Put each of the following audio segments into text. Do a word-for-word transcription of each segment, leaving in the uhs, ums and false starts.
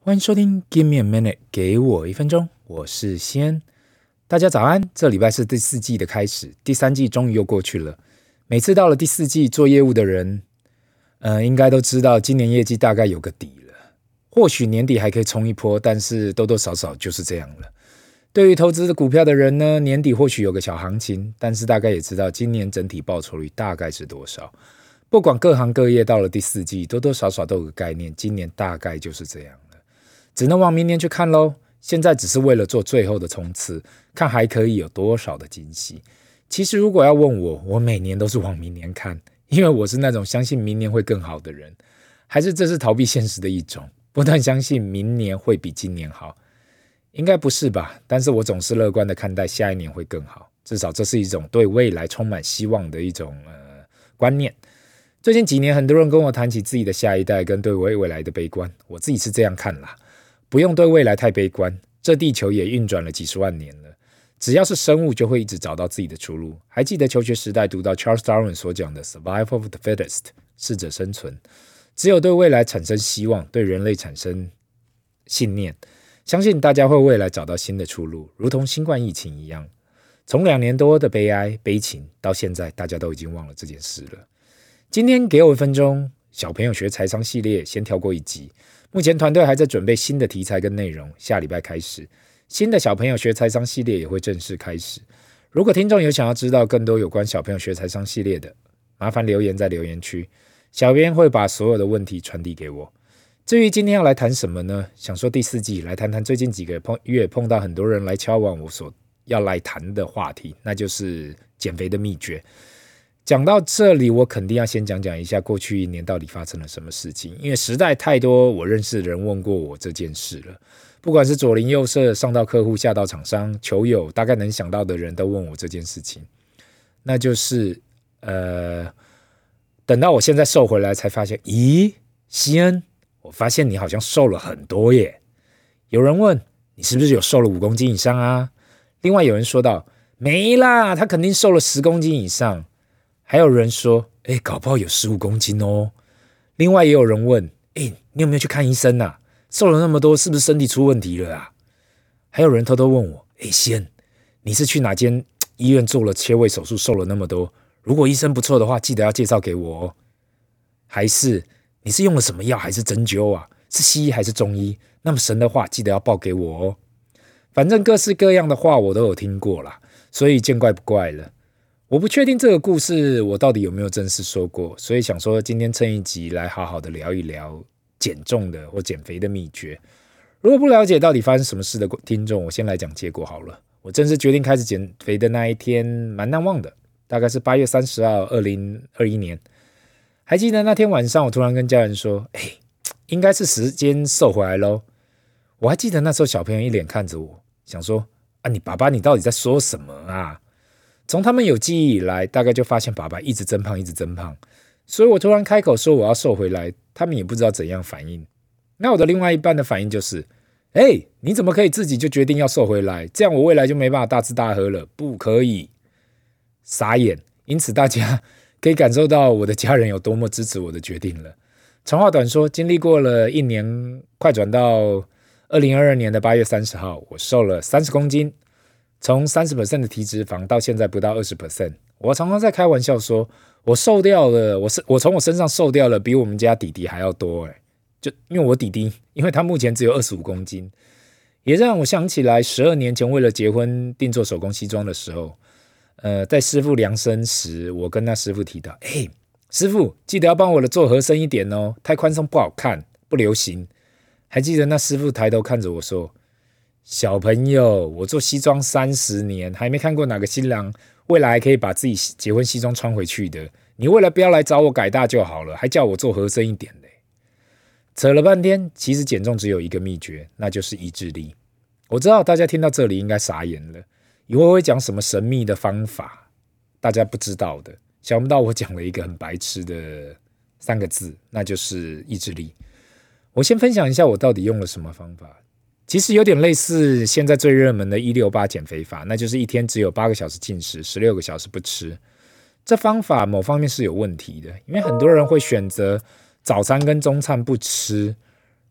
欢迎收听 Give me a minute， 给我一分钟，我是西恩。大家早安，这礼拜是第四季的开始，第三季终于又过去了。每次到了第四季，做业务的人，呃，应该都知道今年业绩大概有个底了。或许年底还可以冲一波，但是多多少少就是这样了。对于投资的股票的人呢，年底或许有个小行情，但是大概也知道今年整体报酬率大概是多少。不管各行各业，到了第四季，多多少少都有个概念，今年大概就是这样了。只能往明年去看咯，现在只是为了做最后的冲刺，看还可以有多少的惊喜。其实如果要问我，我每年都是往明年看，因为我是那种相信明年会更好的人。还是这是逃避现实的一种，不断相信明年会比今年好？应该不是吧，但是我总是乐观的看待下一年会更好，至少这是一种对未来充满希望的一种、呃、观念。最近几年很多人跟我谈起自己的下一代跟对未来的悲观，我自己是这样看啦，不用对未来太悲观，这地球也运转了几十万年了，只要是生物就会一直找到自己的出路。还记得求学时代读到 Charles Darwin 所讲的 Survival of the fittest， 适者生存。只有对未来产生希望，对人类产生信念，相信大家会未来找到新的出路，如同新冠疫情一样。从两年多的悲哀悲情到现在，大家都已经忘了这件事了。今天给我一分钟，小朋友学财商系列先跳过一集。目前团队还在准备新的题材跟内容，下礼拜开始，新的小朋友学财商系列也会正式开始。如果听众有想要知道更多有关小朋友学财商系列的，麻烦留言在留言区，小编会把所有的问题传递给我。至于今天要来谈什么呢？想说第四季来谈谈最近几个月碰到很多人来敲碗我所要来谈的话题，那就是减肥的秘诀。讲到这里，我肯定要先讲讲一下过去一年到底发生了什么事情，因为实在太多我认识的人问过我这件事了，不管是左邻右舍、上到客户、下到厂商、球友，大概能想到的人都问我这件事情，那就是呃，等到我现在瘦回来才发现，咦，西恩，我发现你好像瘦了很多耶。有人问你是不是有瘦了五公斤以上啊？另外有人说道，没啦，他肯定瘦了十公斤以上。还有人说，哎，搞不好有十五公斤哦。另外也有人问，哎，你有没有去看医生啊？瘦了那么多，是不是身体出问题了啊？还有人偷偷问我，哎，西恩，你是去哪间医院做了切胃手术，瘦了那么多？如果医生不错的话，记得要介绍给我哦。还是你是用了什么药，还是针灸啊？是西医还是中医？那么神的话，记得要报给我哦。反正各式各样的话我都有听过啦，所以见怪不怪了。我不确定这个故事我到底有没有正式说过，所以想说今天趁一集来好好的聊一聊减重的或减肥的秘诀。如果不了解到底发生什么事的听众，我先来讲结果好了。我正式决定开始减肥的那一天蛮难忘的，大概是八月三十号二零二一年。还记得那天晚上我突然跟家人说，哎，应该是时间瘦回来咯。我还记得那时候小朋友一脸看着我，想说啊，你爸爸你到底在说什么啊？从他们有记忆以来，大概就发现爸爸一直增胖一直增胖，所以我突然开口说我要瘦回来，他们也不知道怎样反应。那我的另外一半的反应就是哎，你怎么可以自己就决定要瘦回来？这样我未来就没办法大吃大喝了，不可以。傻眼。因此大家可以感受到我的家人有多么支持我的决定了。长话短说，经历过了一年，快转到二零二二年的八月三十号，我瘦了三十公斤，从 百分之三十 的体脂肪到现在不到 百分之二十。 我常常在开玩笑说我瘦掉了， 我, 我从我身上瘦掉了比我们家弟弟还要多、欸、就因为我弟弟因为他目前只有二十五公斤，也让我想起来十二年前为了结婚定做手工西装的时候，呃，在师傅量身时，我跟那师傅提到，哎，师傅记得要帮我的做合身一点哦，太宽松不好看，不流行。还记得那师傅抬头看着我说，小朋友，我做西装三十年，还没看过哪个新郎未来还可以把自己结婚西装穿回去的，你为了不要来找我改大就好了，还叫我做合身一点的。扯了半天，其实减重只有一个秘诀，那就是意志力。我知道大家听到这里应该傻眼了，以为我会讲什么神秘的方法，大家不知道的，想不到我讲了一个很白痴的三个字，那就是意志力。我先分享一下我到底用了什么方法。其实有点类似现在最热门的一六八减肥法，那就是一天只有八个小时进食，十六个小时不吃。这方法某方面是有问题的，因为很多人会选择早餐跟中餐不吃，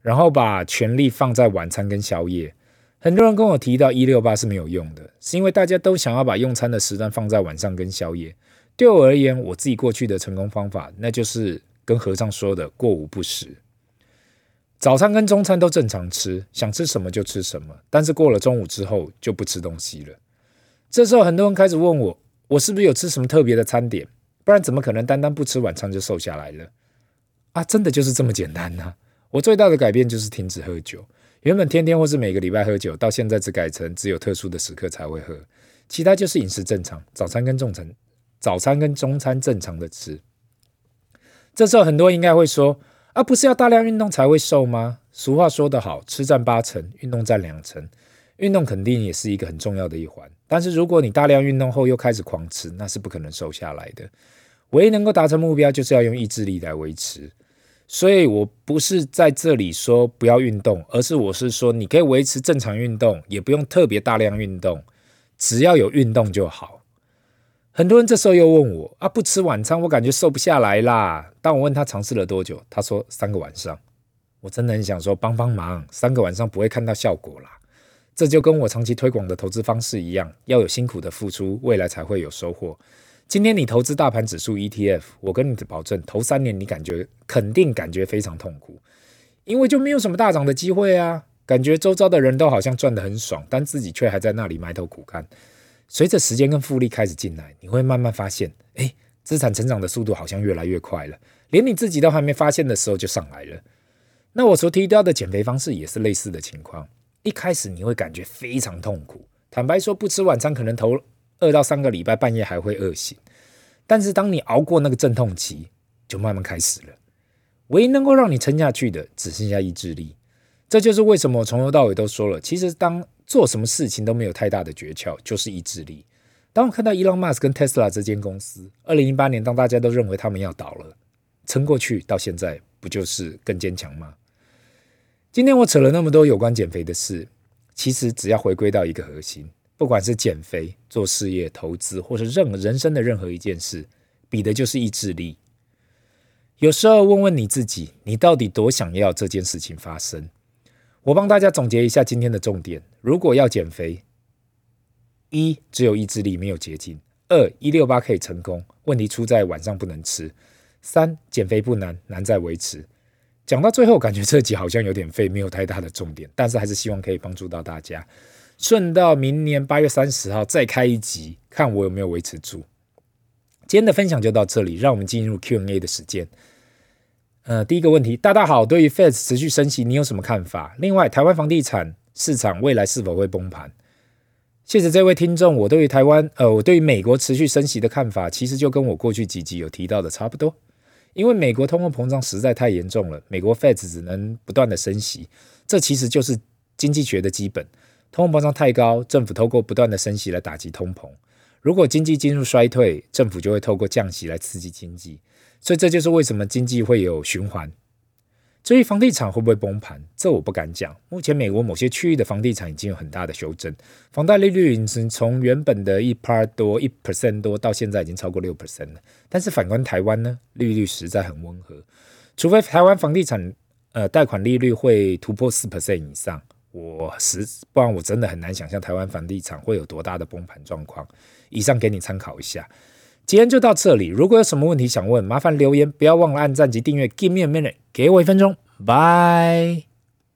然后把权力放在晚餐跟宵夜。很多人跟我提到一六八是没有用的，是因为大家都想要把用餐的时段放在晚上跟宵夜。对我而言，我自己过去的成功方法，那就是跟和尚说的过午不食。早餐跟中餐都正常吃，想吃什么就吃什么，但是过了中午之后就不吃东西了。这时候很多人开始问我，我是不是有吃什么特别的餐点？不然怎么可能单单不吃晚餐就瘦下来了？啊，真的就是这么简单啊！我最大的改变就是停止喝酒，原本天天或是每个礼拜喝酒，到现在只改成只有特殊的时刻才会喝，其他就是饮食正常，早餐跟中餐，早餐跟中餐正常的吃。这时候很多人应该会说，啊，不是要大量运动才会瘦吗？俗话说得好，吃占八成，运动占两成。运动肯定也是一个很重要的一环，但是如果你大量运动后又开始狂吃，那是不可能瘦下来的。唯一能够达成目标，就是要用意志力来维持。所以我不是在这里说不要运动，而是我是说你可以维持正常运动，也不用特别大量运动，只要有运动就好。很多人这时候又问我，啊，不吃晚餐我感觉瘦不下来啦。当我问他尝试了多久，他说三个晚上。我真的很想说帮帮忙，三个晚上不会看到效果啦。这就跟我长期推广的投资方式一样，要有辛苦的付出，未来才会有收获。今天你投资大盘指数 E T F， 我跟你保证，头三年你感觉肯定感觉非常痛苦，因为就没有什么大涨的机会啊，感觉周遭的人都好像赚得很爽，但自己却还在那里埋头苦干。随着时间跟复利开始进来，你会慢慢发现，哎，资产成长的速度好像越来越快了，连你自己都还没发现的时候就上来了。那我所提到的减肥方式也是类似的情况。一开始你会感觉非常痛苦，坦白说不吃晚餐可能头二到三个礼拜半夜还会饿醒，但是当你熬过那个阵痛期，就慢慢开始了。唯一能够让你撑下去的只剩下意志力。这就是为什么我从头到尾都说了，其实当做什么事情都没有太大的诀窍，就是意志力。当我看到 Elon Musk 跟 Tesla 这间公司二零一八年当大家都认为他们要倒了，撑过去到现在不就是更坚强吗？今天我扯了那么多有关减肥的事，其实只要回归到一个核心，不管是减肥、做事业、投资，或是任何人生的任何一件事，比的就是意志力。有时候问问你自己，你到底多想要这件事情发生？我帮大家总结一下今天的重点。如果要减肥，一只有意志力没有捷径，二一六八可以成功，问题出在晚上不能吃，三减肥不难，难在维持。讲到最后感觉这集好像有点废，没有太大的重点，但是还是希望可以帮助到大家。顺到明年八月三十号再开一集，看我有没有维持住。今天的分享就到这里，让我们进入 Q and A 的时间。呃，第一个问题，大大好，对于 Fed 持续升息你有什么看法？另外，台湾房地产市场未来是否会崩盘？谢谢这位听众，我对于台湾呃，我对于美国持续升息的看法，其实就跟我过去几集有提到的差不多。因为美国通货膨胀实在太严重了，美国 Fed 只能不断的升息，这其实就是经济学的基本。通货膨胀太高，政府透过不断的升息来打击通膨。如果经济进入衰退，政府就会透过降息来刺激经济。所以这就是为什么经济会有循环。至于房地产会不会崩盘，这我不敢讲。目前美国某些区域的房地产已经有很大的修正，房贷利率已经从原本的 百分之一 多 百分之一 多，到现在已经超过 百分之六 了。但是反观台湾呢，利率实在很温和，除非台湾房地产呃贷款利率会突破 百分之四 以上，我实不然我真的很难想象台湾房地产会有多大的崩盘状况。以上给你参考一下。今天就到这里，如果有什么问题想问，麻烦留言，不要忘了按赞及订阅 Give me a minute， 给我一分钟，拜。